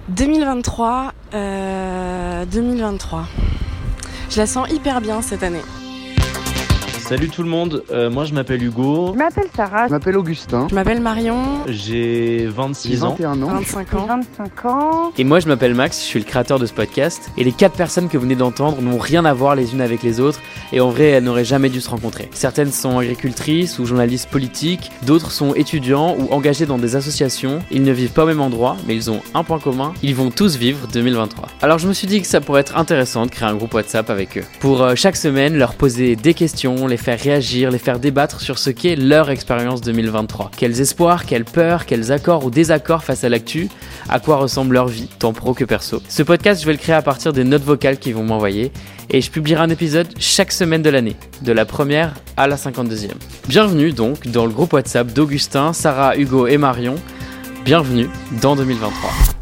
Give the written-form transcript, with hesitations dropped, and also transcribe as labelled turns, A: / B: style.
A: 2023. Je la sens hyper bien cette année.
B: Salut tout le monde, moi je m'appelle Hugo.
C: Je m'appelle Sarah.
D: Je m'appelle Augustin.
A: Je m'appelle Marion.
B: J'ai 26 ans.
D: 21 ans.
A: 25 ans.
C: 25 ans.
E: Et moi je m'appelle Max, je suis le créateur de ce podcast. Et les 4 personnes que vous venez d'entendre n'ont rien à voir les unes avec les autres. Et en vrai, elles n'auraient jamais dû se rencontrer. Certaines sont agricultrices ou journalistes politiques. D'autres sont étudiants ou engagés dans des associations. Ils ne vivent pas au même endroit, mais ils ont un point commun. Ils vont tous vivre 2023. Alors je me suis dit que ça pourrait être intéressant de créer un groupe WhatsApp avec eux. Pour chaque semaine, leur poser des questions, les faire réagir, les faire débattre sur ce qu'est leur expérience 2023. Quels espoirs, quelles peurs, quels accords ou désaccords face à l'actu, à quoi ressemble leur vie, tant pro que perso. Ce podcast, je vais le créer à partir des notes vocales qu'ils vont m'envoyer et je publierai un épisode chaque semaine de l'année, de la première à la 52e. Bienvenue donc dans le groupe WhatsApp d'Augustin, Sarah, Hugo et Marion. Bienvenue dans 2023.